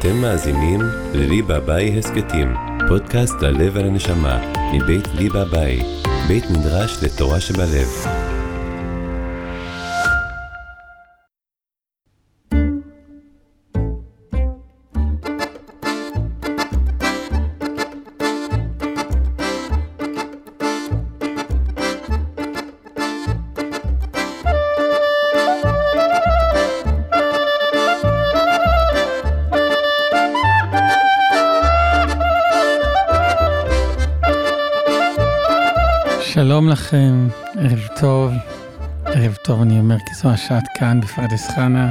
אתם מאזינים לליבה ביי הסקטים, פודקאסט ללב ולנשמה, מבית ליבה ביי, בית מדרש לתורה שבלב. שלום לכם, ערב טוב אני אומר כי זו השעת כאן בפרדס חנה,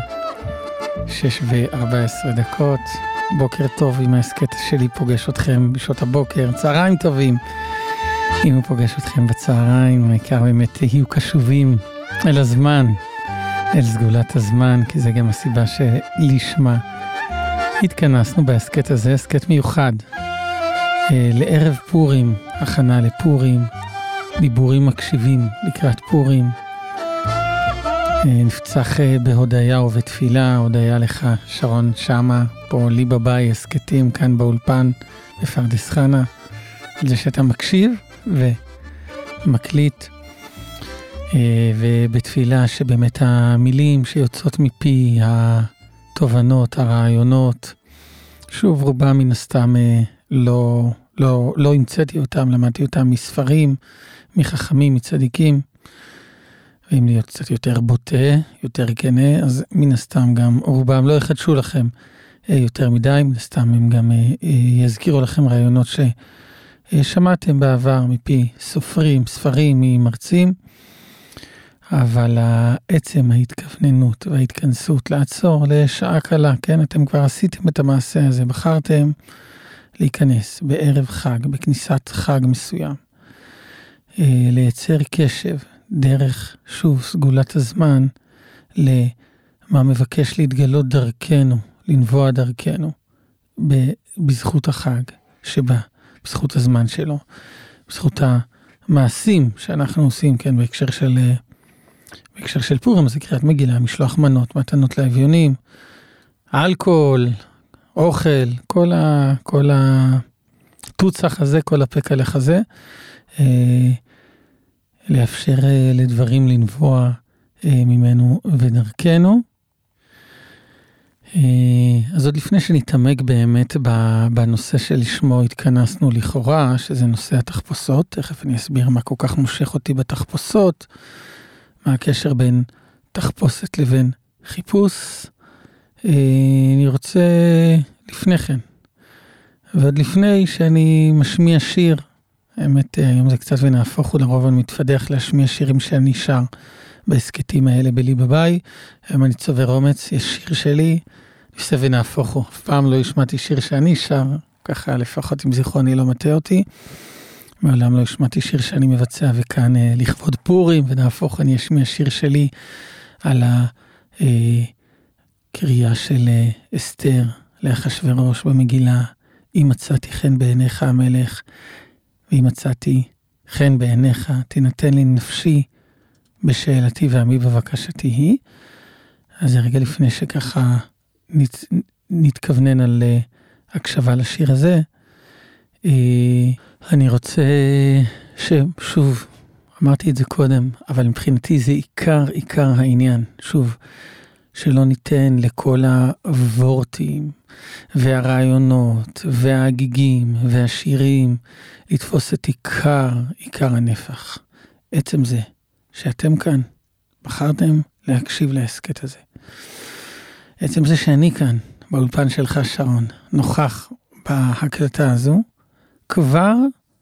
6:14, בוקר טוב אם ההסקט שלי פוגש אתכם בשעות הבוקר, צהריים טובים אם הוא פוגש אתכם בצהריים, העיקר באמת תהיו קשובים אל הזמן, אל סגולת הזמן, כי זה גם הסיבה שלשמה התכנסנו בהסקט הזה, הסקט מיוחד לערב פורים, הכנה לפורים, דיבורים מקשיבים לקראת פורים. נפצח בהודיה ובתפילה, הודיה לך שרון שמה, פה ליבה ביי הסקטים כאן באולפן בפרדס חנה, על זה שאתה מקשיב ומקליט, ובתפילה שבאמת המילים שיוצאות מפי, התובנות, הרעיונות, שוב רובם מן הסתם לא המצאתי אותם, למדתי אותם מספרים, מחכמים, מצדיקים, ואם להיות קצת יותר בוטה, יותר כנה, אז מן הסתם גם רובם לא יחדשו לכם יותר מדי, מן הסתם הם גם יזכירו לכם רעיונות ששמעתם בעבר מפי ספרים, ממרצים, אבל העצם ההתכווננות וההתכנסות לעצור לשעה קלה, כן? אתם כבר עשיתם את המעשה הזה, בחרתם להיכנס בערב חג, בכניסת חג מסוים, לייצר קשב דרך, שוב, סגולת הזמן, למה מבקש להתגלות דרכנו, לנבוע דרכנו, בזכות החג שבא, בזכות הזמן שלו, בזכות המעשים שאנחנו עושים, כן, בהקשר של פורים, זה קריאת מגילה, משלוח מנות, מתנות לאביונים, אלכוהול, אוכל, כל התוצח הזה, כל הפקלח הזה, לאפשר לדברים לנבוע ממנו ודרכנו. אז עוד לפני שנתעמק באמת בנושא שלשמו התכנסנו לכאורה, שזה נושא התחפושות, תכף אני אסביר מה כל כך מושך אותי בתחפושות, מה הקשר בין תחפושת לבין חיפוש. אני רוצה לפני כן, ועוד לפני שאני משמיע שיר, האמת היום זה קצת ונהפוך, ולרוב אני מתפדח להשמיע שירים שאני שר בהסקטים האלה בליבה ביי, היום אני צובר אומץ, יש שיר שלי, נפסה ונהפוך, אף פעם לא השמעתי שיר שאני שר, ככה לפחות עם זיכרוני לא מטעה אותי, מעולם לא השמעתי שיר שאני מבצע, וכאן לכבוד פורים ונהפוך אני אשמיע שיר שלי על קריאה של אסתר לאחשוורוש במגילה, אם מצאתי חן בעיניך המלך, ואם מצאתי חן בעיניך, תינתן לי נפשי בשאלתי ועמי בבקשתי היא. אז רגע לפני שככה נתכוונן על הקשבה לשיר הזה, אני רוצה ששוב, אמרתי את זה קודם, אבל מבחינתי זה עיקר העניין, שוב, שלא ניתן לכל הוורטים והרעיונות והגיגים והשירים לתפוס את עיקר הנפח. עצם זה שאתם כאן בחרתם להקשיב להסקט הזה. עצם זה שאני כאן באולפן שלך שרון נוכח בהקלטה הזו, כבר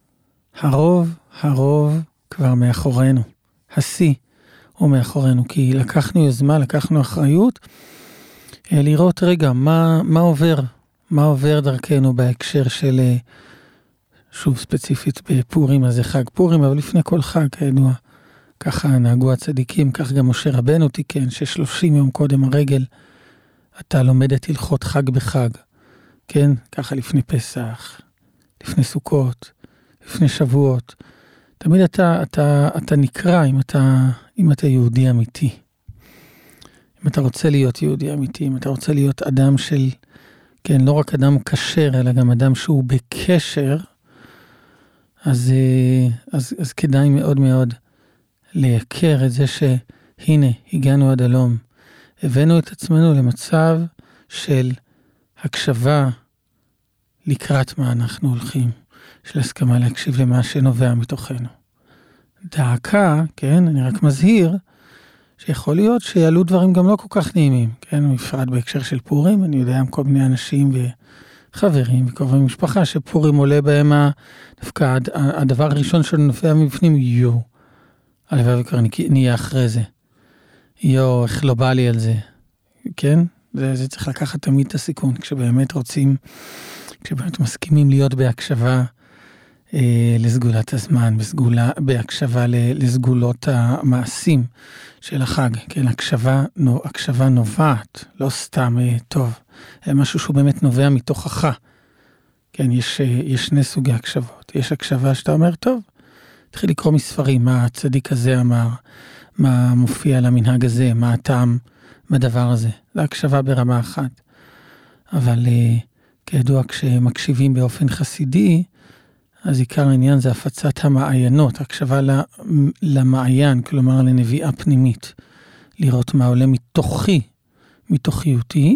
הרוב כבר מאחורינו. השיא הוא מאחורינו, כי לקחנו יוזמה, לקחנו אחריות, לראות רגע מה עובר דרכנו בהקשר של, שוב ספציפית בפורים, אז זה חג פורים, אבל לפני כל חג, כידוע, ככה נהגו הצדיקים, כך גם משה רבנו תיקן, ש30 יום קודם הרגל, אתה לומד את הלכות חג בחג, כן? ככה לפני פסח, לפני סוכות, לפני שבועות, תמיד אתה נקרא אם אתה יהודי אמיתי. אם אתה רוצה להיות יהודי אמיתי, אם אתה רוצה להיות אדם של כן, לא רק אדם כשר, אלא גם אדם שהוא בקשר, אז כדאי מאוד מאוד להכיר את זה שהנה, הגענו עד הלום. הבאנו את עצמנו למצב של הקשבה לקראת מה אנחנו הולכים, של הסכמה להקשיב למה שנובע מתוכנו. דעקה, כן, אני רק מזהיר, שיכול להיות שיעלו דברים גם לא כל כך נעימים, כן, בפרט בהקשר של פורים, אני יודע עם כל מיני אנשים וחברים וקרובי משפחה, שפורים עולה בהם דווקא הדבר הראשון שנופע מבפנים, הלוואי וכבר נהיה אחרי זה. איך לא בא לי על זה, כן? זה צריך לקחת תמיד את הסיכון, כשבאמת מסכימים להיות בהקשבה לסגולת הזמן, בהקשבה לסגולות המעשים של החג, כן? הקשבה נובעת, לא סתם טוב, זה משהו שהוא באמת נובע מתוכך, כן? יש שני סוגי הקשבות, יש הקשבה שאתה אומר, טוב, תתחיל לקרוא מספרים, מה הצדיק הזה אמר, מה מופיע למנהג הזה, מה הטעם בדבר הזה. זה הקשבה ברמה אחת. אבל כידוע, כשמקשיבים באופן חסידי, אז עיקר העניין זה הפצת המעיינות, הקשבה למעיין, כלומר לנביאה פנימית. לראות מה עולה מתוכיותי,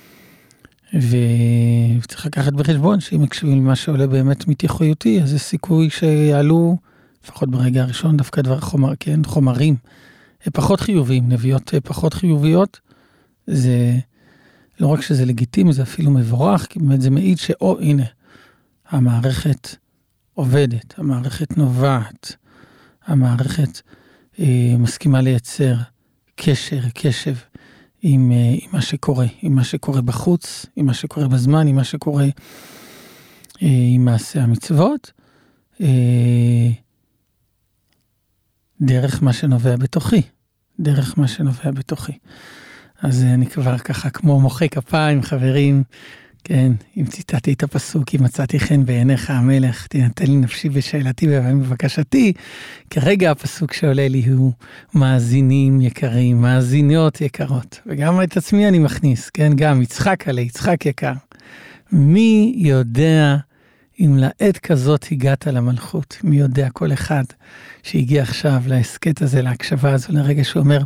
וצריך לקחת בחשבון שאם מקשיבים למה שעולה באמת מתוכיותי, אז יש סיכוי שיעלו, לפחות ברגע הראשון, דווקא חומרים פחות חיוביים, נביאות פחות חיוביות, זה לא רק שזה לגיטימי, זה אפילו מבורך, כי באמת זה מעיד הנה, המערכת עובדת, המערכת נובעת, המערכת מסכימה לייצר קשב עם מה שקורה בחוץ, עם מה שקורה בזמן, עם מה שקורה עם מעשה המצוות, דרך מה שנובע בתוכי. אז אני כבר ככה כמו מוחא כפיים, חברים, כן, אם ציטטתי את הפסוק, אם מצאתי חן בעיניך המלך, תנתן לי נפשי בשאלתי ובבקשתי, כרגע הפסוק שעולה לי הוא מאזינים יקרים, מאזינות יקרות, וגם את עצמי אני מכניס, כן, גם יצחק יקר. מי יודע אם לעת כזאת הגעת למלכות, מי יודע כל אחד שהגיע עכשיו להסקט הזה, להקשבה הזו, לרגע שהוא אומר,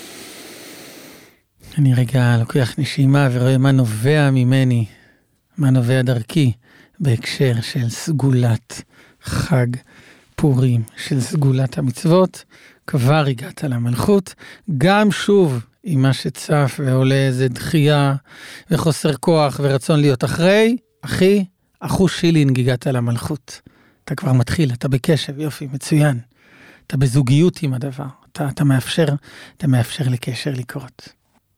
אני רגע לוקח נשימה ורואה מה נובע ממני, מה נובע דרכי, בהקשר של סגולת חג פורים, של סגולת המצוות, כבר הגעת למלכות, גם שוב עם מה שצף ועולה איזה דחייה וחוסר כוח ורצון להיות אחרי, אחוש שילינג הגעת למלכות. אתה כבר מתחיל, אתה בקשב, יופי, מצוין. אתה בזוגיות עם הדבר, אתה מאפשר לקשר לקרות.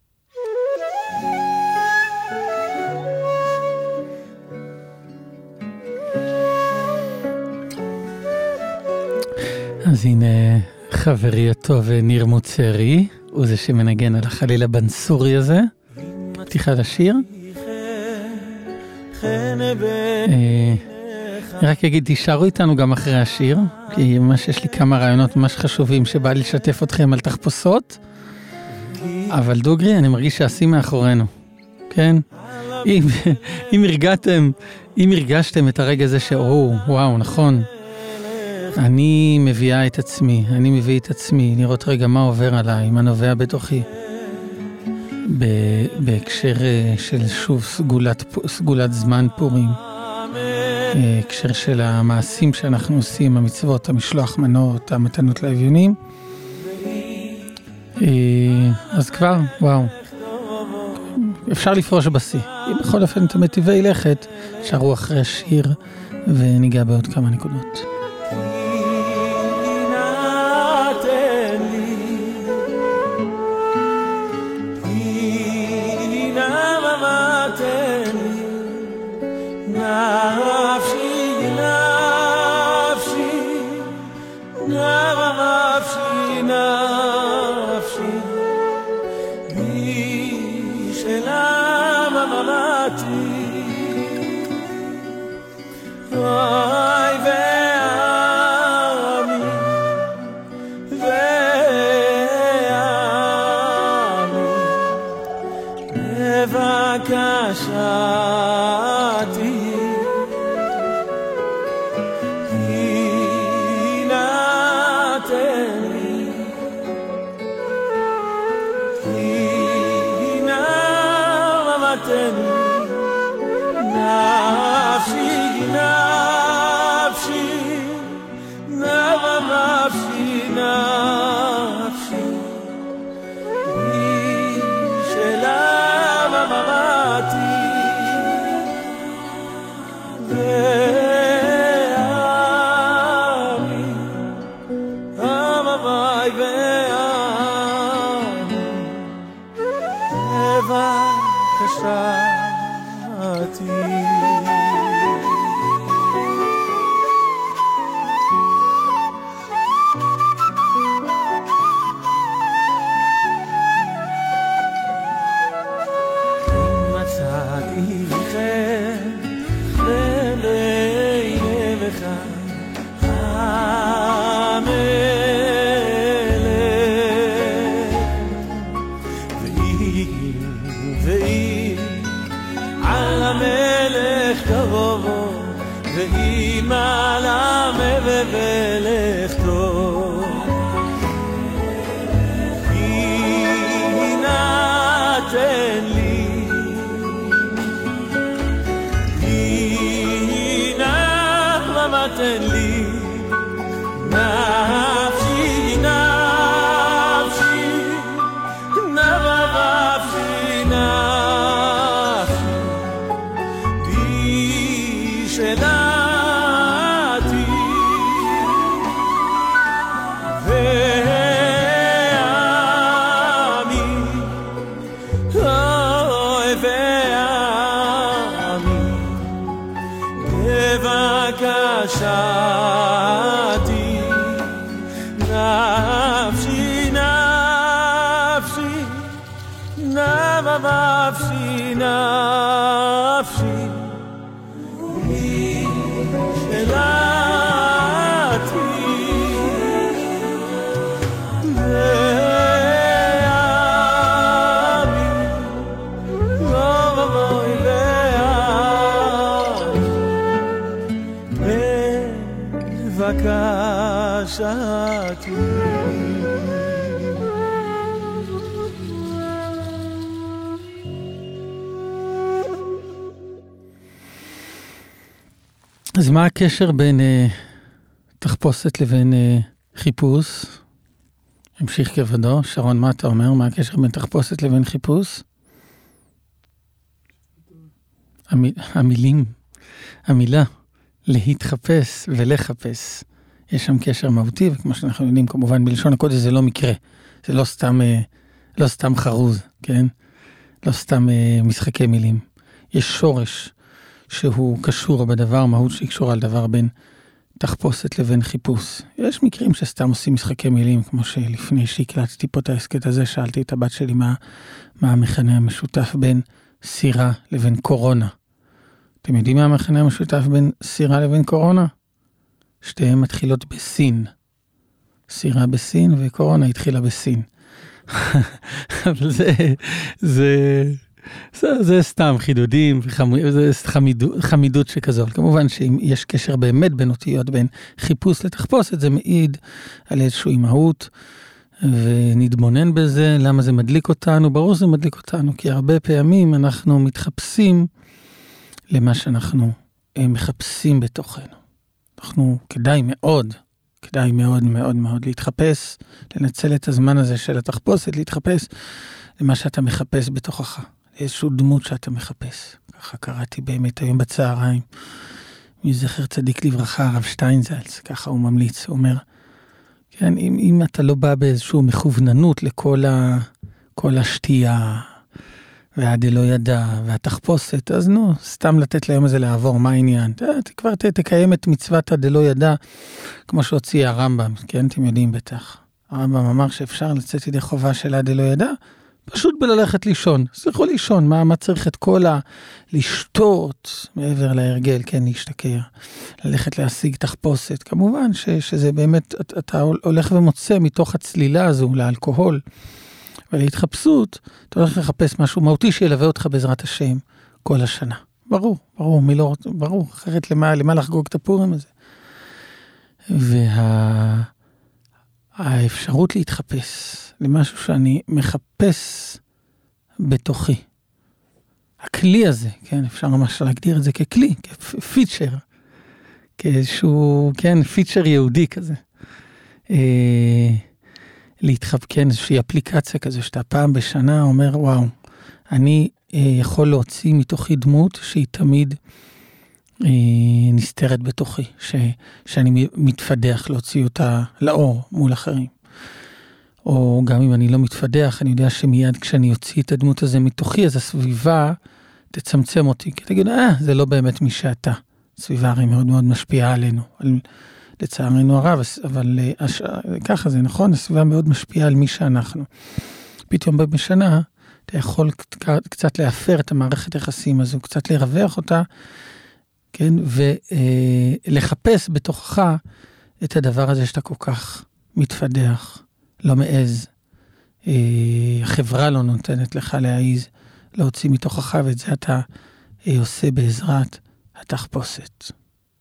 אז הנה חברי הטוב ניר מוצרי, הוא זה שמנגן על החליל הבנסורי הזה, פתיחת השיר. רק אגיד, תישארו איתנו גם אחרי השיר, כי ממש יש לי כמה רעיונות ממש חשובים שבא לי לשתף אתכם על תחפושות, אבל דוגרי, אני מרגיש שעשי מאחורינו, כן? אם הרגשתם את הרגע הזה וואו, נכון, אני מביא את עצמי, לראות רגע מה עובר עליי, מה נובע בתוכי, בהקשר של שוב סגולת זמן פורים, הקשר של המעשים שאנחנו עושים, המצוות, המשלוח מנות, המתנות לאביונים, אז כבר, וואו, אפשר לפרוש בסי. אם בכל אופן אתם מטיבי לכת, שערו אחרי השיר וניגע בעוד כמה נקודות. Yeah. בבקשה תהי יינתן לי יינתן נפשי נפשי נפשי נפשי שלם אמרתי ועמי עמי ועמי בבקשתי ואם על המבלכתו יינתן לי יינתן לי נפשי נפשי נפשי נפשי שלה בבקשתי נפשי נפשי נפשי נפשי שאלתי בבקשתי אז מה הקשר בין תחפושת לבין חיפוש? המשיך כבדו. שרון, מה אתה אומר? מה הקשר בין תחפושת לבין חיפוש? המילה להתחפש ולחפש, יש שם קשר מהותי, וכמו שאנחנו יודעים, כמובן, בלשון הקודש זה לא מקרה, זה לא סתם חרוז, כן? לא סתם משחקי מילים. יש שורש שהוא קשור בדבר, מהות שהיא קשורה על דבר בין תחפושת לבין חיפוש. יש מקרים שסתם עושים משחקי מילים, כמו שלפני שהקלטתי פה את ההסקט הזה, שאלתי את הבת שלי מה המכנה המשותף בין סירה לבין קורונה. אתם יודעים מה המכנה המשותף בין סירה לבין קורונה? שתיהן מתחילות בסין. סירה בסין וקורונה התחילה בסין. אבל זה סתם חידודים, זה חמידות שכזו. כמובן שאם יש קשר באמת בין אותיות, בין חיפוש לתחפושת, זה מעיד על איזושהי מהות, ונתבונן בזה, למה זה מדליק אותנו. ברור שזה מדליק אותנו, כי הרבה פעמים אנחנו מתחפשים למה שאנחנו מחפשים בתוכנו. אנחנו כדאי מאוד מאוד מאוד להתחפש, לנצל את הזמן הזה של התחפושת, להתחפש למה שאתה מחפש בתוכך, איזשהו דמות שאתה מחפש. ככה קראתי באמת היום בצהריים, מזכר צדיק לברכה, הרב שטיינזלץ, ככה הוא ממליץ, הוא אומר, כן, אם אתה לא בא באיזשהו מכווננות לכל השתייה, והדלא ידע, והתחפושת, אז נו, סתם לתת ליום הזה לעבור, מה העניין? כבר תקיים את מצוות הדלא ידע, כמו שהוציא הרמב"ם, כן, אתם יודעים בטח. הרמב"ם אמר שאפשר לצאת ידי חובה של הדלא ידע, פשוט בללכת לישון. צריכו לישון, מה צריך את כל לשתות מעבר להרגל, כן, להשתכר, ללכת להשיג תחפושת. כמובן שזה באמת, אתה הולך ומוצא מתוך הצלילה הזו לאלכוהול, ולהתחפשות, אתה הולך לחפש משהו מהותי שילווה אותך בעזרת השם כל השנה. ברור, ברור, אחרת למה לחגוג את הפורים הזה. והאפשרות להתחפש למשהו שאני מחפש בתוכי. הכלי הזה, כן, אפשר ממש להגדיר את זה ככלי, כפיצ'ר, כאיזשהו, כן, פיצ'ר יהודי כזה. כן, איזושהי אפליקציה כזה, שאתה פעם בשנה אומר, וואו, אני יכול להוציא מתוכי דמות שהיא תמיד נסתרת בתוכי, שאני מתפדח להוציא אותה לאור מול אחרים. או גם אם אני לא מתפדח, אני יודע שמיד כשאני אוציא את הדמות הזה מתוכי, אז הסביבה תצמצם אותי, כי תגיד, זה לא באמת מי שאתה. הסביבה הרי מאוד מאוד משפיעה עלינו, לצערנו הרב, אבל ככה זה נכון, הסביבה מאוד משפיעה על מי שאנחנו. פתאום בשנה, אתה יכול קצת להפר את המערכת היחסים הזו, קצת לרווח אותה, כן, ולחפש בתוכך את הדבר הזה שאתה כל כך מתפדח, לא מעז, החברה לא נותנת לך להעיז, להוציא מתוכך, ואת זה אתה עושה בעזרת התחפושת.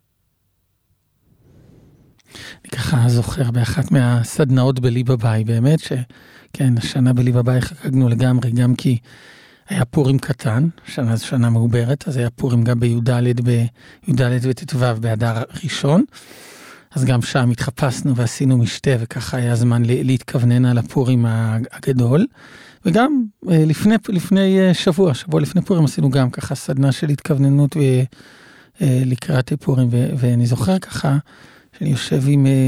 אני ככה זוכר באחת מהסדנאות בליבה ביי, באמת שכן, השנה בליבה ביי חגגנו לגמרי, גם כי היה פורים קטן, שנה מעוברת, אז היה פורים גם בי"ד ותתוו באדר ראשון, אז גם שם התחפשנו ועשינו משתה, וככה היה זמן להתכוונן על הפורים הגדול, וגם לפני שבוע לפני פורים עשינו גם ככה סדנה של התכווננות לקראת פורים, ואני זוכר ככה, שאני יושב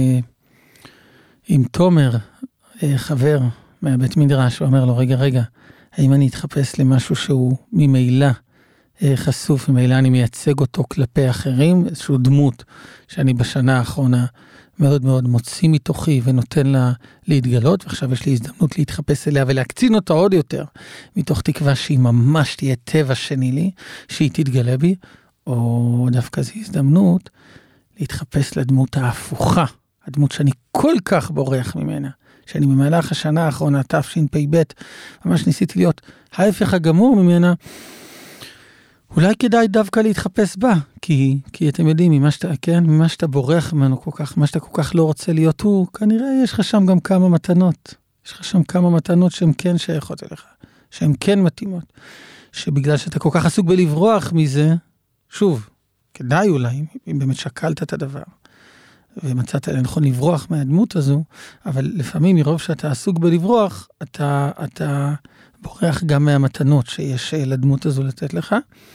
עם תומר, חבר מהבית מדרש, הוא אומר לו, רגע, האם אני אתחפש למשהו שהוא ממילא חשוף, ממילא אני מייצג אותו כלפי אחרים, איזשהו דמות שאני בשנה האחרונה מאוד מאוד מוציא מתוכי ונותן לה להתגלות, ועכשיו יש לי הזדמנות להתחפש אליה ולהקצין אותה עוד יותר, מתוך תקווה שהיא ממש תהיה טבע שני לי, שהיא תתגלה בי, או דווקא זו הזדמנות להתחפש לדמות ההפוכה, הדמות שאני כל כך בורח ממנה, שאני במהלך השנה האחרונה, תשפ"ב, ממש ניסיתי להיות ההפך הגמור ממנה, אולי כדאי דווקא להתחפש בה, כי אתם יודעים, ממה שאתה בורח ממנו כל כך, מה שאתה כל כך לא רוצה להיות הוא, כנראה יש לך שם גם כמה מתנות, יש לך שם כמה מתנות שהן כן שייכות אליך, שהן כן מתאימות, שבגלל שאתה כל כך עסוק בלברוח מזה, שוב, כדאי אולי, אם באמת שקלת את הדבר, ומצאת לנכון לברוח מהדמות הזו, אבל לפעמים מרוב שאתה עסוק בלברוח, אתה בורח גם מהמתנות שיש לדמות הזו לתת לך,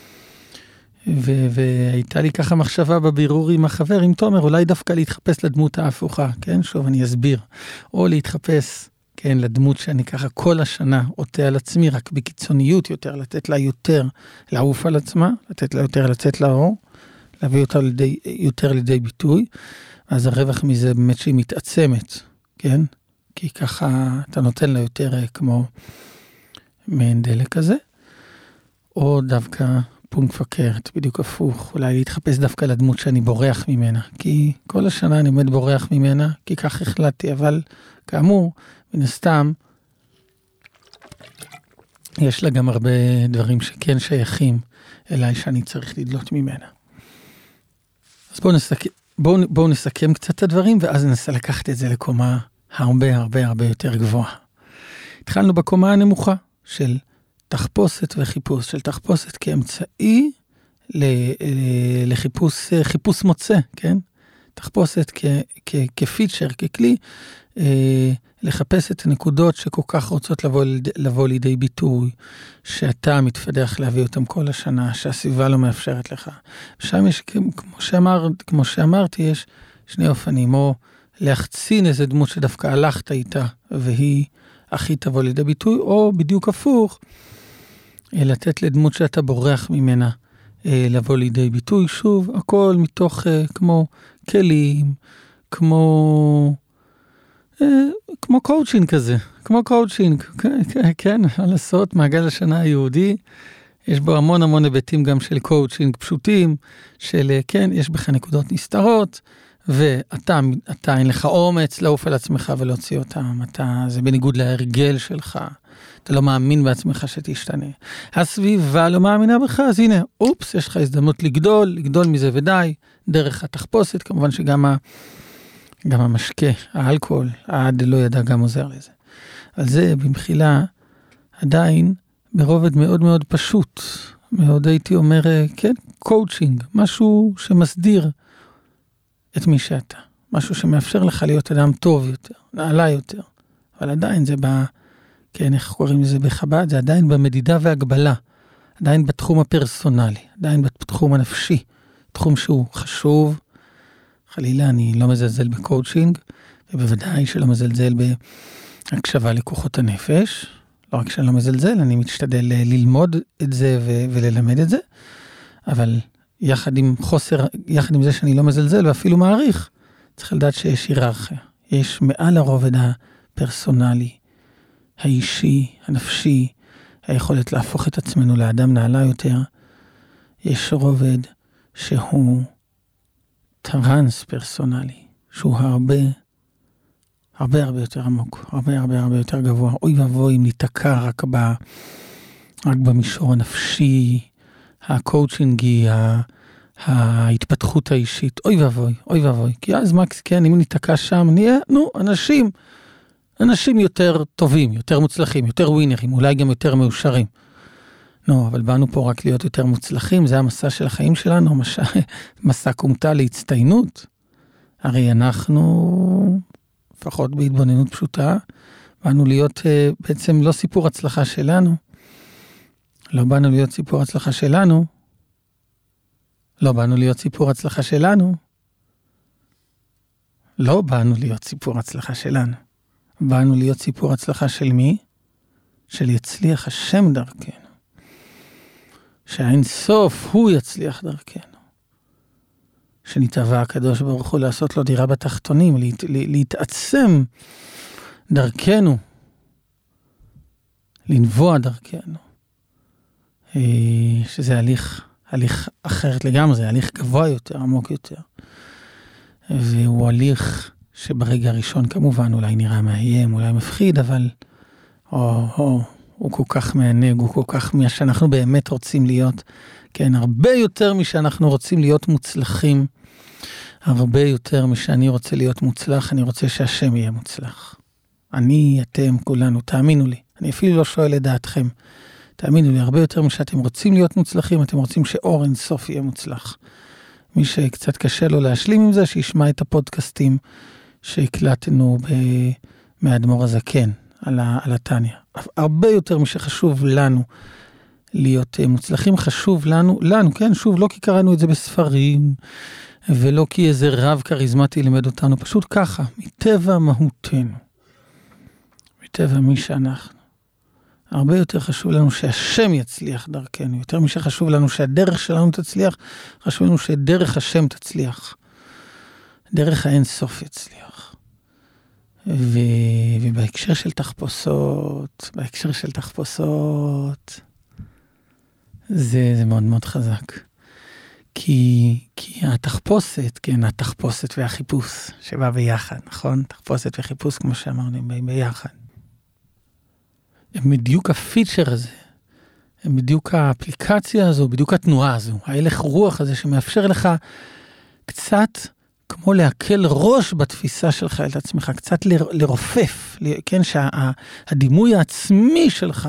והייתה לי ככה מחשבה בבירור עם החבר, עם תומר, אולי דווקא להתחפש לדמות ההפוכה, כן? שוב, אני אסביר. או להתחפש, כן, לדמות שאני ככה כל השנה עוטה על עצמי, רק בקיצוניות יותר, לתת לה יותר לעוף על עצמה, לתת לה יותר לצאת לאור, להביא אותה יותר לידי ביטוי, אז הרווח מזה באמת שהיא מתעצמת, כן? כי ככה אתה נותן לה יותר כמו מעין דלק כזה, או דווקא פונק פקרת, בדיוק הפוך, אולי להתחפש דווקא לדמות שאני בורח ממנה, כי כל השנה אני עומד בורח ממנה, כי כך החלטתי, אבל כאמור, מן הסתם, יש לה גם הרבה דברים שכן שייכים אליי שאני צריך לדלות ממנה. אז בואו נסכם קצת את הדברים, ואז ננסה לקחת את זה לקומה הרבה הרבה הרבה יותר גבוהה. התחלנו בקומה הנמוכה של תחפושת וחיפוש, של תחפושת כאמצעי חיפוש מוצא, כן? תחפושת כפיצ'ר, ככלי, לחפש את הנקודות שכל כך רוצות לבוא לידי ביטוי, שאתה מתפדח להביא אותם כל השנה, שהסביבה לא מאפשרת לך. שם יש, כמו שאמרתי, יש שני אופנים, או להחצין איזה דמות שדווקא הלכת איתה, והיא הכי תבוא לידי ביטוי, או בדיוק הפוך, לתת לדמות שאתה בורח ממנה, לבוא לידי ביטוי. שוב, הכל מתוך כמו כלים, כמו קואוצ'ינג כזה, כמו קואוצ'ינג, כן, מה לעשות, מעגל השנה היהודי, יש בו המון המון היבטים גם של קואוצ'ינג פשוטים, של כן, יש בך נקודות נסתרות, ואתה אין לך אומץ לעוף על עצמך ולהוציא אותם, זה בניגוד להרגל שלך, אתה לא מאמין בעצמך שתשתנה. הסביבה לא מאמינה בך, אז הנה, אופס, יש לך הזדמנות לגדול מזה ודי, דרך התחפושת, כמובן שגם המשקה, האלכוהול, העד לא ידע גם עוזר לזה. אבל זה במחילה עדיין ברובד מאוד מאוד פשוט, מאוד הייתי אומר, כן, קואוצ'ינג, משהו שמסדיר את מי שאתה, משהו שמאפשר לך להיות אדם טוב יותר, נעלה יותר, אבל עדיין זה כן, איך קוראים לזה בחב"ד, זה עדיין במדידה והגבלה, עדיין בתחום הפרסונלי, עדיין בתחום הנפשי, תחום שהוא חשוב, חלילה אני לא מזלזל בקואוצ'ינג, ובוודאי שלא מזלזל בהקשבה לכוחות הנפש, לא רק שאני לא מזלזל, אני משתדל ללמוד את זה וללמד את זה, אבל יחד עם זה שאני לא מזלזל ואפילו מעריך, צריך לדעת שיש היררכיה, יש מעל הרובד הפרסונלי, האישי, הנפשי, היכולת להפוך את עצמנו לאדם נעלה יותר, יש רובד שהוא טרנס פרסונלי, שהוא הרבה יותר עמוק, הרבה יותר גבוה. אוי ואבוי אם ניתקע רק במישור הנפשי, הקואוצ'ינגי, ההתפתחות האישית. אוי ואבוי. כי אז מקס, כן, אם ניתקע שם, נהיה, אנשים יותר טובים, יותר מוצלחים, יותר ווינרים, אולי גם יותר מאושרים. אבל באנו פה רק להיות יותר מוצלחים, זה המסע של החיים שלנו, מסע קומטה להצטיינות. הרי אנחנו, לפחות בהתבוננות פשוטה, באנו להיות בעצם לא סיפור הצלחה שלנו, לא באנו להיות סיפור הצלחה שלנו, באנו להיות סיפור הצלחה של מי? של יצליח השם דרכנו. שהאין סוף הוא יצליח דרכנו. שנתאווה הקדוש ברוך הוא לעשות לו דירה בתחתונים, להתעצם דרכנו, לנבוע דרכנו. שזה הליך אחרת לגמרי, זה הליך גבוה יותר, עמוק יותר. והוא הליך שברגע הראשון כמובן אולי נראה מאיים, אולי מפחיד, אבל הוא כל כך מענג, הוא כל כך מה שאנחנו באמת רוצים להיות, כן, הרבה יותר משאנחנו רוצים להיות מוצלחים, הרבה יותר משאני רוצה להיות מוצלח, אני רוצה שהשם יהיה מוצלח. אני, אתם, כולנו, תאמינו לי, אני אפילו לא שואל את דעתכם, תאמינו לי, הרבה יותר משאתם רוצים להיות מוצלחים, אתם רוצים שאור אין סוף יהיה מוצלח. מי שקצת קשה לו להשלים עם זה, שישמע את הפודקאסטים שהקלטנו מאדמו"ר הזקן על התניא. הרבה יותר משחשוב לנו להיות מוצלחים, חשוב לנו, כן, שוב, לא כי קראנו את זה בספרים, ולא כי איזה רב קריזמטי לימד אותנו, פשוט ככה, מטבע מהותנו, מטבע מי שאנחנו. הרבה יותר חשוב לנו שהשם יצליח דרכנו, יותר משחשוב לנו שהדרך שלנו תצליח, חשוב לנו שדרך השם תצליח, דרך האין סוף יצליח. ובהקשר של תחפושות, זה מאוד מאוד חזק. כי התחפושת, כן, התחפושת והחיפוש שבא ביחד, נכון? תחפושת וחיפוש, כמו שאמרנו, באים ביחד. הם בדיוק הפיצ'ר הזה, הם בדיוק האפליקציה הזו, בדיוק התנועה הזו, ההלך רוח הזה שמאפשר לך קצת כמו להקל ראש בתפיסה שלך את עצמך, קצת לרופף, כן, שהדימוי העצמי שלך,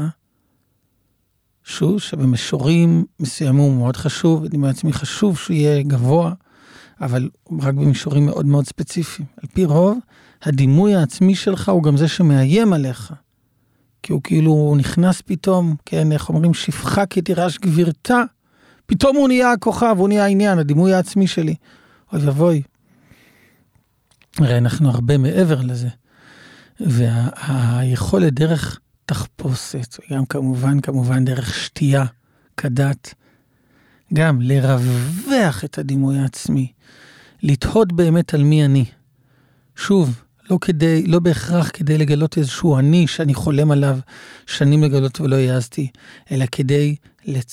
שבמישורים מסוימים הוא מאוד חשוב, הדימוי העצמי חשוב שהוא יהיה גבוה, אבל רק במישורים מאוד מאוד ספציפיים. על פי רוב, הדימוי העצמי שלך הוא גם זה שמאיים עליך, כי הוא כאילו נכנס פתאום, כן, איך אומרים, שפחה כתירש גבירתה, פתאום הוא נהיה הכוכב, הוא נהיה העניין, הדימוי העצמי שלי. אוי ובוי. הרי אנחנו הרבה מעבר לזה. והיכולת דרך תחפושת, וגם כמובן דרך שתייה, כדת, גם לרווח את הדימוי העצמי, לתהות באמת על מי אני. שוב, לא בהכרח כדי לגלות איזשהו אני שאני חולם עליו שנים לגלות ולא העזתי, אלא כדי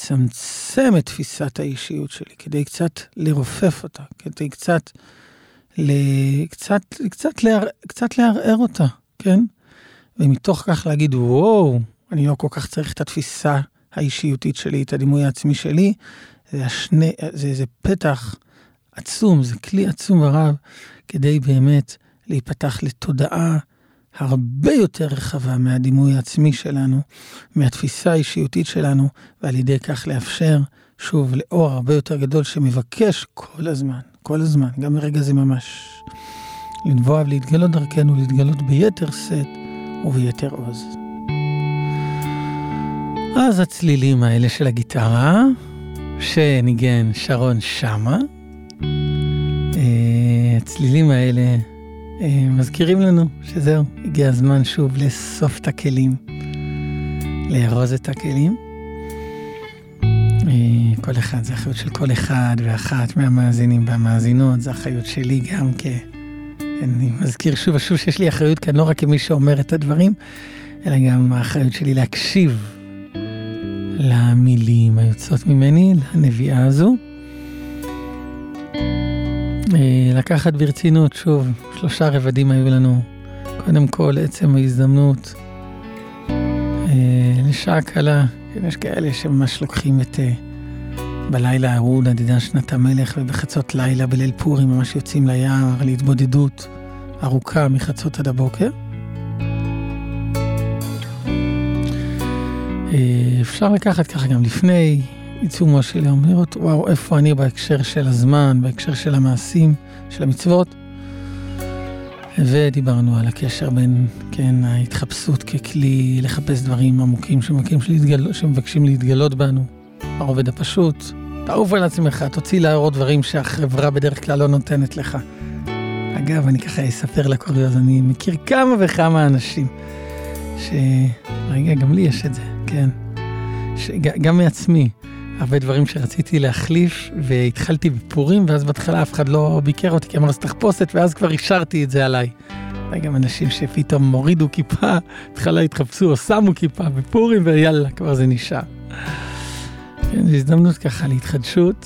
לצמצם את תפיסת האישיות שלי, כדי קצת לרופף אותה, כדי קצת קצת לערער אותה, כן? ומתוך כך להגיד, וואו, אני לא כל כך צריך את התפיסה האישיותית שלי, את הדימוי העצמי שלי, זה פתח עצום, זה כלי עצום ורב, כדי באמת להיפתח לתודעה הרבה יותר רחבה מהדימוי העצמי שלנו, מהתפיסה האישיותית שלנו, ועל ידי כך לאפשר, שוב, לאור הרבה יותר גדול שמבקש כל הזמן, גם ברגע זה ממש, לנבוע ולהתגלות דרכנו, להתגלות ביתר שאת וביתר עוז. אז הצלילים האלה של הגיטרה, שניגן שרון שמה, הצלילים האלה מזכירים לנו שזהו, הגיע הזמן שוב לאסוף את הכלים, לארוז את הכלים. כל אחד, זה אחריות של כל אחד ואחת מהמאזינים והמאזינות, זה אחריות שלי גם אני מזכיר שוב ושוב שיש לי אחריות כאן לא רק כמי שאומר את הדברים, אלא גם האחריות שלי להקשיב למילים היוצאות ממני, לנביאה הזו. לקחת ברצינות, שוב, 3 רבדים היו לנו. קודם כל, עצם ההזדמנות, לשעה קלה, יש כאלה שממש לוקחים את בלילה ההוא, נדידה שנת המלך, ובחצות לילה בליל פורים ממש יוצאים ליער להתבודדות ארוכה מחצות עד הבוקר. אפשר לקחת ככה גם לפני עיצומו של יום, לראות וואו, איפה אני בהקשר של הזמן, בהקשר של המעשים, של המצוות. ודיברנו על הקשר בין, כן, ההתחפשות ככלי לחפש דברים עמוקים שמבקשים להתגלות בנו. הרובד הפשוט, תעוף על עצמך, תוציא להראות דברים שהחברה בדרך כלל לא נותנת לך. אגב, אני ככה אספר לקוריוז, אני מכיר כמה וכמה אנשים רגע, גם לי יש את זה, כן. גם מעצמי, הרבה דברים שרציתי להחליף, והתחלתי בפורים, ואז בהתחלה אף אחד לא ביקר אותי, כי אמר, אז תחפושת, ואז כבר השארתי את זה עליי. וגם אנשים שפתאום מורידו כיפה, התחלה התחפשו או שמו כיפה בפורים, ויאללה, כבר זה נשאר. כן, זו הזדמנות ככה להתחדשות,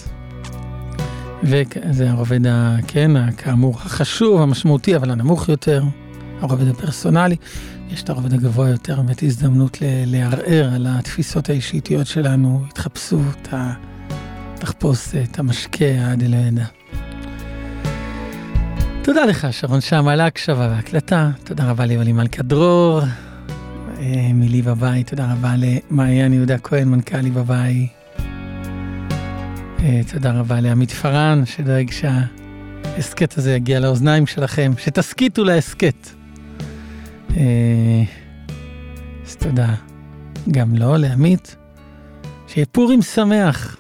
וזה הרובד, כן, כאמור, החשוב, המשמעותי, אבל הנמוך יותר, הרובד הפרסונלי. יש את הרובד הגבוה יותר, באמת הזדמנות לערער על התפיסות האישיתיות שלנו, התחפשות, התחפושת, המשקה, עד אלא ידע. תודה לך, שרון שמה, על ההקשבה וההקלטה. תודה רבה לי מלכה דרור, מילי בבית. תודה רבה למעיין יהודה כהן, מנכ"לי בבית. תודה רבה לעמית פרן, שדואג שהעסקט הזה יגיע לאוזניים שלכם, שתסכיתו לעסקט. אז תודה גם לא לעמית, שיהיה פורים שמח.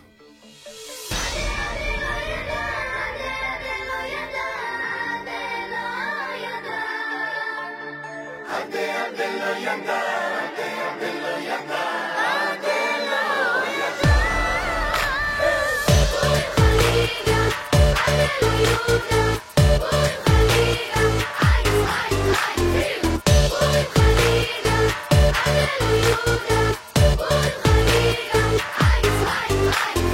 Hallelujah, hallelujah, hallelujah, hallelujah.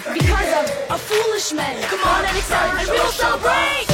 because of a foolish man. Come on and accept, and we will celebrate.